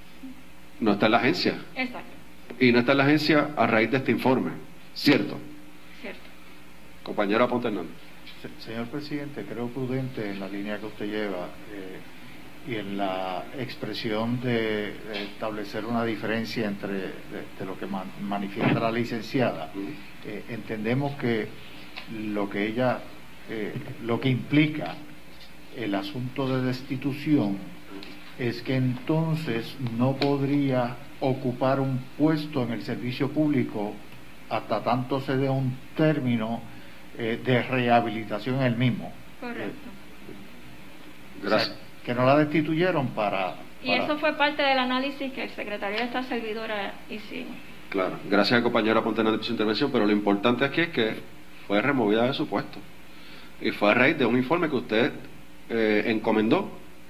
no está en la agencia. Exacto, Y no está en la agencia a raíz de este informe. ¿Cierto? cierto. Compañero Aponte Hernández. Se- Señor presidente, creo prudente en la línea que usted lleva eh, y en la expresión de, de establecer una diferencia entre de, de lo que man- manifiesta la licenciada. Eh, entendemos que lo que ella, eh, lo que implica el asunto de destitución es que entonces no podría ocupar un puesto en el servicio público hasta tanto se dé un término eh, de rehabilitación en el mismo. Correcto. Gracias. O sea, que no la destituyeron para, para... Y eso fue parte del análisis que el secretario de esta servidora hicimos. Claro, gracias al compañero Apontenante por su intervención, pero lo importante aquí es que fue removida de su puesto. Y fue a raíz de un informe que usted eh, encomendó.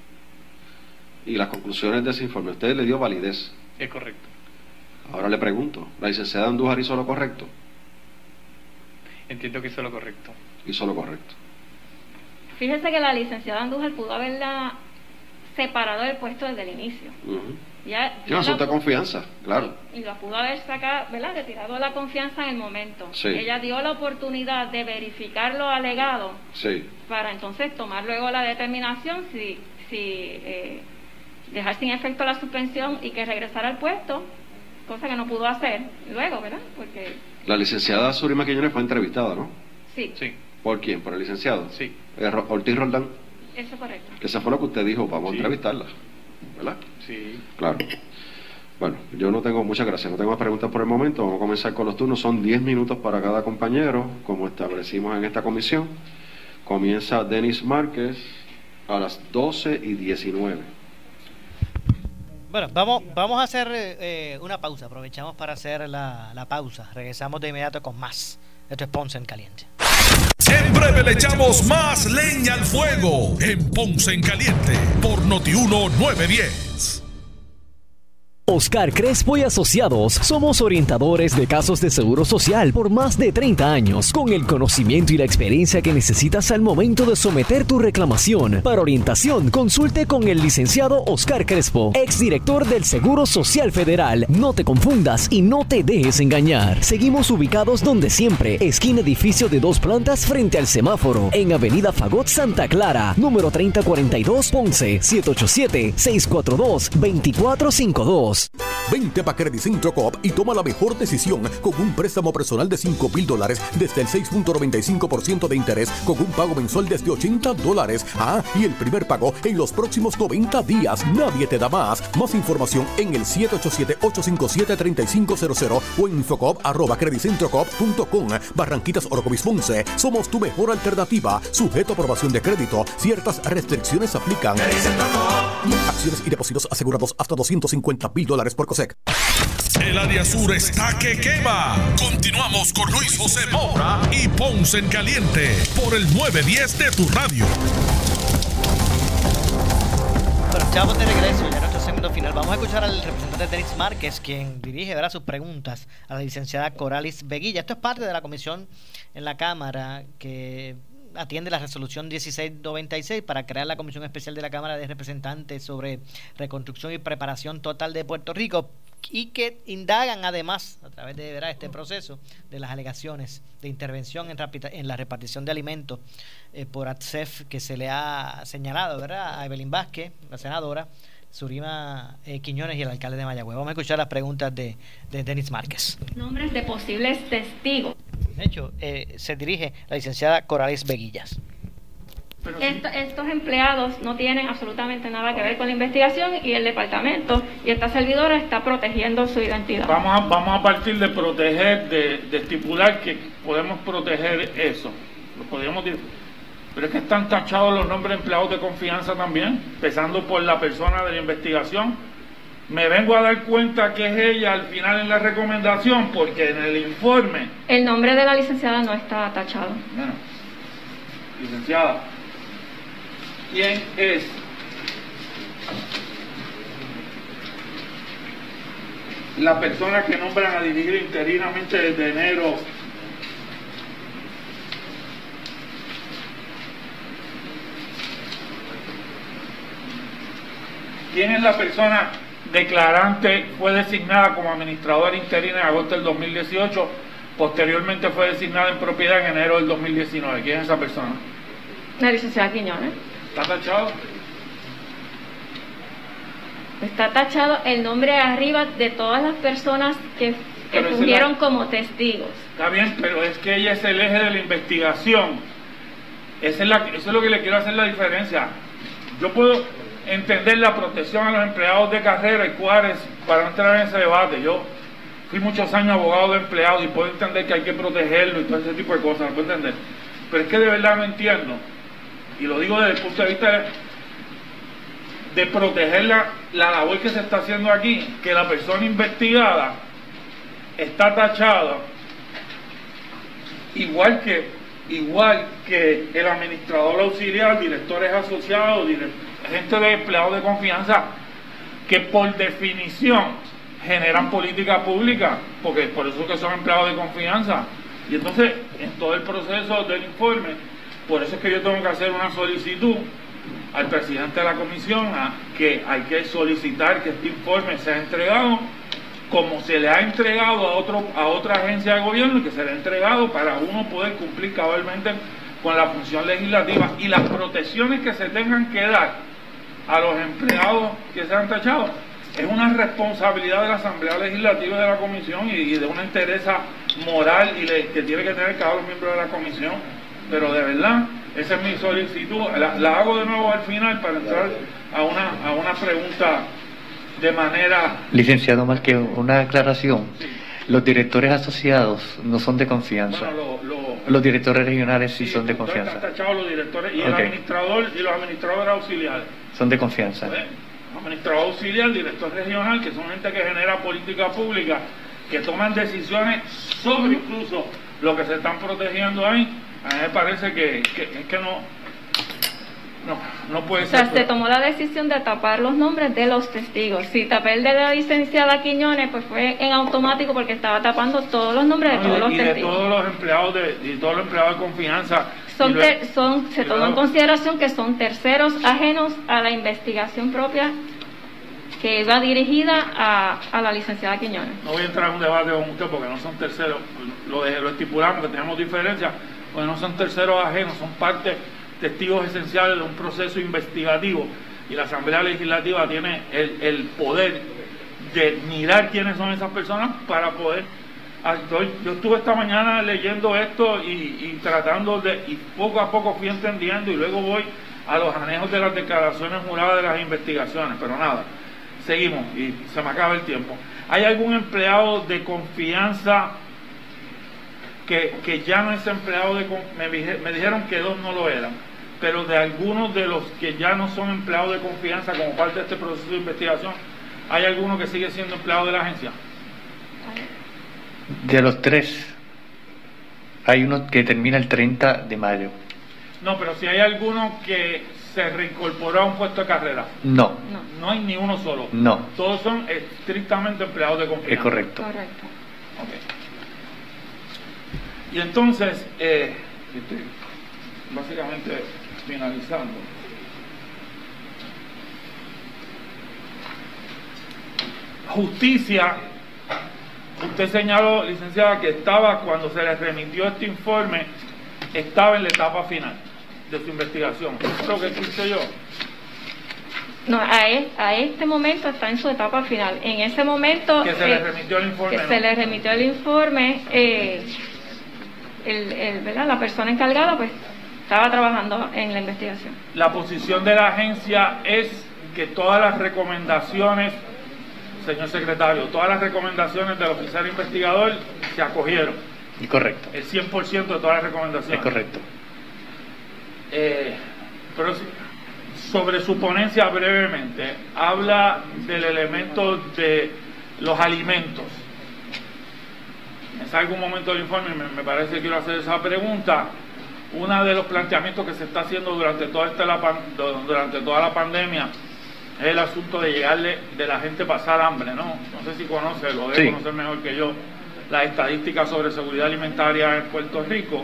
Y las conclusiones de ese informe, usted le dio validez. Es correcto. Ahora le pregunto, ¿la licenciada Andújar hizo lo correcto? Entiendo que hizo lo correcto. Hizo lo correcto. Fíjese que la licenciada Andújar pudo haberla separado del puesto desde el inicio. Uh-huh. Ya, ya no asunto de confianza, claro. Y, y la pudo haber sacado, ¿verdad? Retirado la confianza en el momento. Sí. Ella dio la oportunidad de verificar lo alegado, sí, para entonces tomar luego la determinación si, si eh, dejar sin efecto la suspensión y que regresara al puesto, cosa que no pudo hacer luego, ¿verdad? Porque la licenciada Surima Quiñones fue entrevistada, ¿no? Sí. Sí. ¿Por quién? ¿Por el licenciado? Sí. Eh, Ortiz Roldán. Eso es correcto. Que eso fue lo que usted dijo, vamos sí. a entrevistarla, ¿verdad? Sí. Claro. Bueno, yo no tengo, muchas gracias, no tengo más preguntas por el momento. Vamos a comenzar con los turnos, son diez minutos para cada compañero, como establecimos en esta comisión. Comienza Denis Márquez a las doce y diecinueve. Bueno, vamos, vamos a hacer eh, una pausa, aprovechamos para hacer la, la pausa. Regresamos de inmediato con más. Esto es Ponce en Caliente. En breve le echamos más leña al fuego en Ponce en Caliente por Noti uno nueve diez. Oscar Crespo y Asociados somos orientadores de casos de seguro social por más de treinta años, con el conocimiento y la experiencia que necesitas al momento de someter tu reclamación. Para orientación, consulte con el licenciado Oscar Crespo, exdirector del Seguro Social Federal. No te confundas y no te dejes engañar. Seguimos ubicados donde siempre, esquina edificio de dos plantas frente al semáforo, en Avenida Fagot Santa Clara, número treinta cuarenta y dos Ponce, siete ocho siete, seis cuatro dos, dos cuatro cinco dos. Vente pa' Credit Centro Coop y toma la mejor decisión con un préstamo personal de cinco mil dólares desde el seis punto noventa y cinco por ciento de interés con un pago mensual desde ochenta dólares. Ah, y el primer pago en los próximos noventa días. Nadie te da más. Más información en el siete ocho siete, ocho cinco siete, tres cinco cero cero o en infocoop arroba creditcentrocoop punto com. Barranquitas Orocovis Ponce. Somos tu mejor alternativa. Sujeto a aprobación de crédito. Ciertas restricciones aplican. Acciones y depósitos asegurados hasta doscientos cincuenta mil dólares por COSEC. El área sur está que quema. Continuamos con Luis José Moura y Ponce en Caliente por el nueve diez de tu radio. Bueno, ya vamos de regreso, ya nuestro segundo final. Vamos a escuchar al representante Denis Márquez, quien dirige, ¿verdad?, sus preguntas a la licenciada Coralis Veguilla. Esto es parte de la comisión en la Cámara que atiende la resolución dieciséis noventa y seis para crear la Comisión Especial de la Cámara de Representantes sobre reconstrucción y preparación total de Puerto Rico, y que indagan además a través de, ¿verdad?, este proceso de las alegaciones de intervención en, en la repartición de alimentos eh, por A T S E F que se le ha señalado, ¿verdad?, a Evelyn Vázquez, la senadora, Surima eh, Quiñones y el alcalde de Mayagüez. Vamos a escuchar las preguntas de, de Denis Márquez. Nombres de posibles testigos. De hecho, eh, se dirige la licenciada Coralis Veguillas. Esto, estos empleados no tienen absolutamente nada que ver con la investigación y el departamento y esta servidora está protegiendo su identidad. Vamos a, vamos a partir de proteger, de, de estipular que podemos proteger eso. Lo podríamos decir. Pero es que están tachados los nombres de empleados de confianza también, empezando por la persona de la investigación. Me vengo a dar cuenta que es ella al final en la recomendación, porque en el informe... El nombre de la licenciada no está tachado. Bueno, licenciada, ¿quién es la persona que nombran a dirigir interinamente desde enero? ¿Quién es la persona declarante? Fue designada como administradora interina en agosto del dos mil dieciocho, posteriormente fue designada en propiedad en enero del dos mil diecinueve. ¿Quién es esa persona? La licenciada Quiñones. ¿Está tachado? Está tachado el nombre arriba de todas las personas que, que fungieron la... como testigos. Está bien, pero es que ella es el eje de la investigación. Esa es la, eso es lo que le quiero hacer la diferencia. Yo puedo... entender la protección a los empleados de carrera y cuáles, para no entrar en ese debate. Yo fui muchos años abogado de empleados y puedo entender que hay que protegerlo y todo ese tipo de cosas, lo puedo entender. Pero es que de verdad no entiendo, y lo digo desde el punto de vista de, de proteger la, la labor que se está haciendo aquí, que la persona investigada está tachada igual que igual que el administrador auxiliar, directores asociados, direct, gente de empleados de confianza, que por definición generan política pública, porque por eso que son empleados de confianza. Y entonces, en todo el proceso del informe, por eso es que yo tengo que hacer una solicitud al presidente de la comisión, a que hay que solicitar que este informe sea entregado como se le ha entregado a otro a otra agencia de gobierno, y que se le ha entregado para uno poder cumplir cabalmente con la función legislativa, y las protecciones que se tengan que dar a los empleados que se han tachado es una responsabilidad de la Asamblea Legislativa y de la Comisión, y, y de una entereza moral y le, que tiene que tener cada uno de los miembros de la Comisión. Pero de verdad, esa es mi solicitud, la, la hago de nuevo al final para entrar a una, a una pregunta de manera... Licenciado Márquez, una aclaración. Sí. Los directores asociados no son de confianza. Bueno, lo, lo, los directores regionales sí, sí son de confianza. Están tachados los directores y okay. el administrador y los administradores auxiliares. Son de confianza. Pues, administrador auxiliar, director regional, que son gente que genera política pública, que toman decisiones sobre incluso lo que se están protegiendo ahí. A mí me parece que, que, es que no, no, no puede ser. O sea, se tomó la decisión de tapar los nombres de los testigos. Si tapé el de la licenciada Quiñones, pues fue en automático porque estaba tapando todos los nombres de no, todos y, los y testigos. De todos los empleados de, y todos los empleados de confianza. Son, luego, ter, son Se tomó en consideración que son terceros ajenos a la investigación propia que iba dirigida a, a la licenciada Quiñones. No voy a entrar en un debate con usted porque no son terceros, lo, lo estipulamos, que tenemos diferencias, porque no son terceros ajenos, son parte, testigos esenciales de un proceso investigativo, y la Asamblea Legislativa tiene el, el poder de mirar quiénes son esas personas para poder actuar. Yo estuve esta mañana leyendo esto y, y tratando de, y poco a poco fui entendiendo, y luego voy a los anejos de las declaraciones juradas de las investigaciones, pero nada. Seguimos y se me acaba el tiempo. ¿Hay algún empleado de confianza que, que ya no es empleado de me, me dijeron que dos no lo eran, pero de algunos de los que ya no son empleados de confianza como parte de este proceso de investigación, ¿hay alguno que sigue siendo empleado de la agencia? De los tres, hay uno que termina el treinta de mayo. No, pero si hay alguno que se reincorporó a un puesto de carrera. No. No, no hay ni uno solo. No. Todos son estrictamente empleados de confianza. Es correcto. Correcto. Okay. Y entonces, eh, estoy básicamente finalizando. Justicia, usted señaló, licenciada, que estaba, cuando se le remitió este informe, estaba en la etapa final de su investigación. ¿Eso es lo que quise yo? No, a, e, a este momento está en su etapa final. En ese momento... Que se eh, le remitió el informe. Que ¿no? se le remitió el informe, eh, el, el, ¿verdad? La persona encargada pues estaba trabajando en la investigación. La posición de la agencia es que todas las recomendaciones, señor secretario, todas las recomendaciones del oficial investigador se acogieron. Correcto. El cien por ciento de todas las recomendaciones. Es correcto. Eh, pero sobre su ponencia brevemente, habla del elemento de los alimentos. En algún momento del informe me, me parece que quiero hacer esa pregunta. Uno de los planteamientos que se está haciendo durante toda esta la, durante toda la pandemia es el asunto de llegarle de la gente pasar hambre, ¿no? No sé si conoce, lo debe sí. conocer mejor que yo, las estadísticas sobre seguridad alimentaria en Puerto Rico.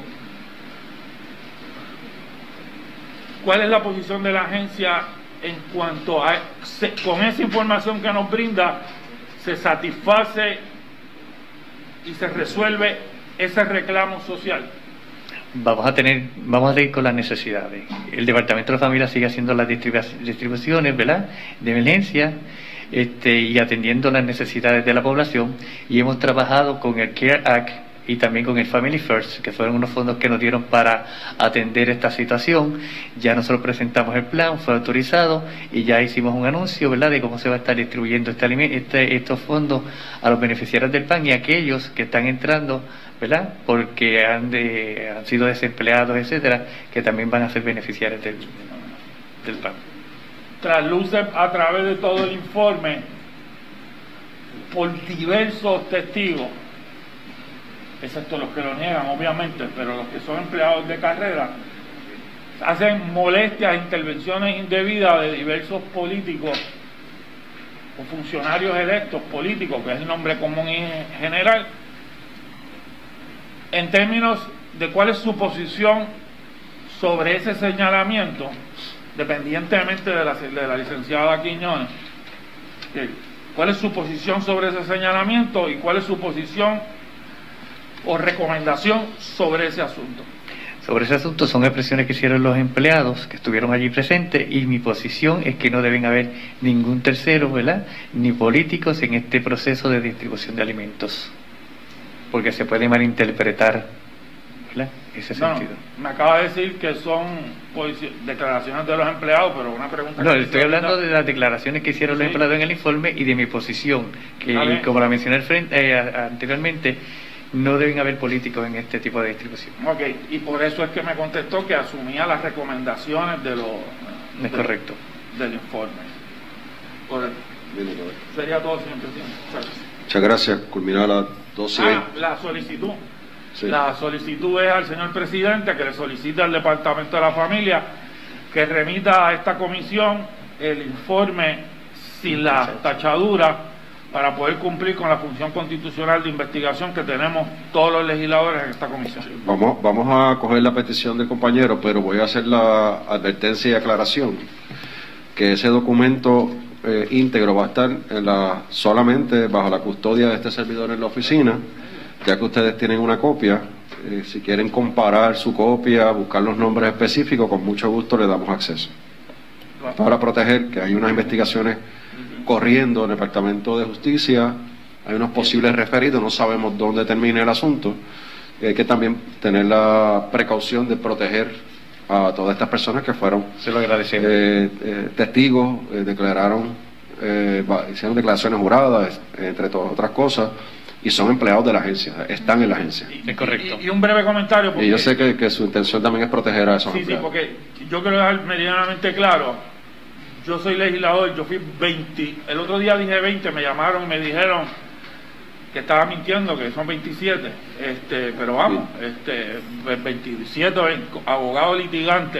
¿Cuál es la posición de la agencia en cuanto a, se, con esa información que nos brinda, se satisface y se resuelve ese reclamo social? Vamos a tener, vamos a ir con las necesidades. El Departamento de Familia sigue haciendo las distribuciones, ¿verdad?, de emergencia, este, y atendiendo las necesidades de la población, y hemos trabajado con el CARE Act y también con el Family First, que fueron unos fondos que nos dieron para atender esta situación. Ya nosotros presentamos el plan, fue autorizado y ya hicimos un anuncio, ¿verdad?, de cómo se va a estar distribuyendo este, este, estos fondos a los beneficiarios del P A N y a aquellos que están entrando, ¿verdad?, porque han, de, han sido desempleados, etcétera, que también van a ser beneficiarios del, del P A N. Trasluce a través de todo el informe por diversos testigos, excepto los que lo niegan obviamente, pero los que son empleados de carrera, hacen molestias, intervenciones indebidas de diversos políticos o funcionarios electos políticos, que es el nombre común y general, en términos de cuál es su posición sobre ese señalamiento, dependientemente de la, de la licenciada Quiñones, cuál es su posición sobre ese señalamiento y cuál es su posición o recomendación sobre ese asunto. Sobre ese asunto son expresiones que hicieron los empleados que estuvieron allí presentes, y mi posición es que no deben haber ningún tercero, ¿verdad?, ni políticos en este proceso de distribución de alimentos, porque se puede malinterpretar, ¿verdad?, ese sentido. No, me acaba de decir que son declaraciones de los empleados, pero una pregunta... No, estoy hablando de las declaraciones que hicieron sí. los empleados en el informe y de mi posición, que como la mencioné frente, eh, anteriormente, no deben haber políticos en este tipo de distribución. Ok, y por eso es que me contestó que asumía las recomendaciones de los... Es de, correcto. Del informe. Correcto. Sería todo, señor presidente. Muchas, Muchas gracias. Culminar las doce. Ah, la solicitud. Sí. La solicitud es al señor presidente que le solicite al Departamento de la Familia que remita a esta comisión el informe sin la tachadura para poder cumplir con la función constitucional de investigación que tenemos todos los legisladores en esta comisión. Vamos, vamos a coger la petición del compañero, pero voy a hacer la advertencia y aclaración que ese documento eh, íntegro va a estar en la, solamente bajo la custodia de este servidor en la oficina, ya que ustedes tienen una copia. Eh, si quieren comparar su copia, buscar los nombres específicos, con mucho gusto le damos acceso. Para proteger que hay unas investigaciones corriendo en el Departamento de Justicia, hay unos posibles referidos, no sabemos dónde termine el asunto, y hay que también tener la precaución de proteger a todas estas personas que fueron Se lo agradecemos. Eh, eh, testigos, eh, declararon, eh, hicieron declaraciones juradas, entre todas otras cosas, y son empleados de la agencia, están en la agencia. Es correcto. Y, y un breve comentario. Porque, y yo sé que, que su intención también es proteger a esos sí, empleados. Sí, porque yo quiero dejar medianamente claro, yo soy legislador, yo fui veinte, el otro día dije veinte, me llamaron y me dijeron que estaba mintiendo, que son veintisiete, este, pero vamos, este, veintisiete abogados litigantes,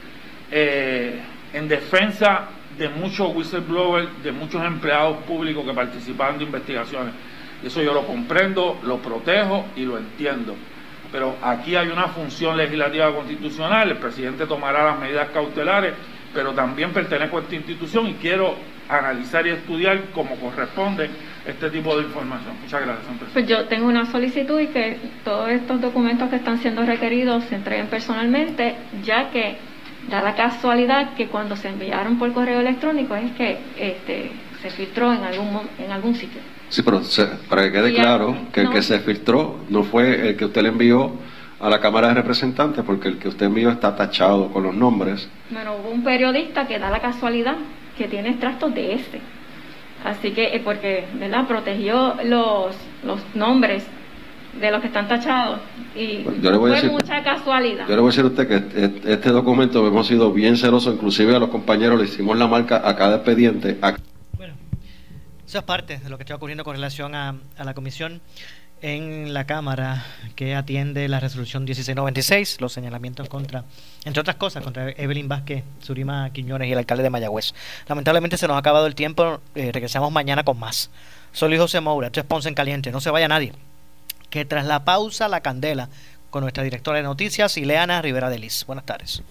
eh, en defensa de muchos whistleblowers, de muchos empleados públicos que participaban de investigaciones. Eso yo lo comprendo, lo protejo y lo entiendo. Pero aquí hay una función legislativa constitucional, el presidente tomará las medidas cautelares, pero también pertenezco a esta institución y quiero analizar y estudiar como corresponde este tipo de información. Muchas gracias, señor presidente. Pues yo tengo una solicitud y que todos estos documentos que están siendo requeridos se entreguen personalmente, ya que da la casualidad que cuando se enviaron por correo electrónico es que este, se filtró en algún en algún sitio. Sí, pero se, para que quede claro que no. el que se filtró no fue el que usted le envió a la Cámara de Representantes, porque el que usted envió está tachado con los nombres. Bueno, hubo un periodista que da la casualidad que tiene extractos de este. Así que, porque, ¿verdad?, protegió los, los nombres de los que están tachados y bueno, yo le voy fue a decir, mucha casualidad. Yo le voy a decir a usted que este documento hemos sido bien celosos, inclusive a los compañeros le hicimos la marca a cada expediente. A... Bueno, eso es parte de lo que está ocurriendo con relación a, a la comisión en la Cámara que atiende la resolución dieciséis noventa y seis, los señalamientos contra, entre otras cosas, contra Evelyn Vázquez, Surima Quiñones y el alcalde de Mayagüez. Lamentablemente se nos ha acabado el tiempo, eh, regresamos mañana con más. Soy Luis José Moura, esto es Ponce en Caliente, no se vaya nadie, que tras la pausa la candela con nuestra directora de noticias, Ileana Rivera de Liz. Buenas tardes.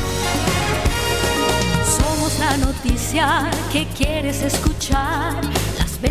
Somos la noticia que quieres escuchar.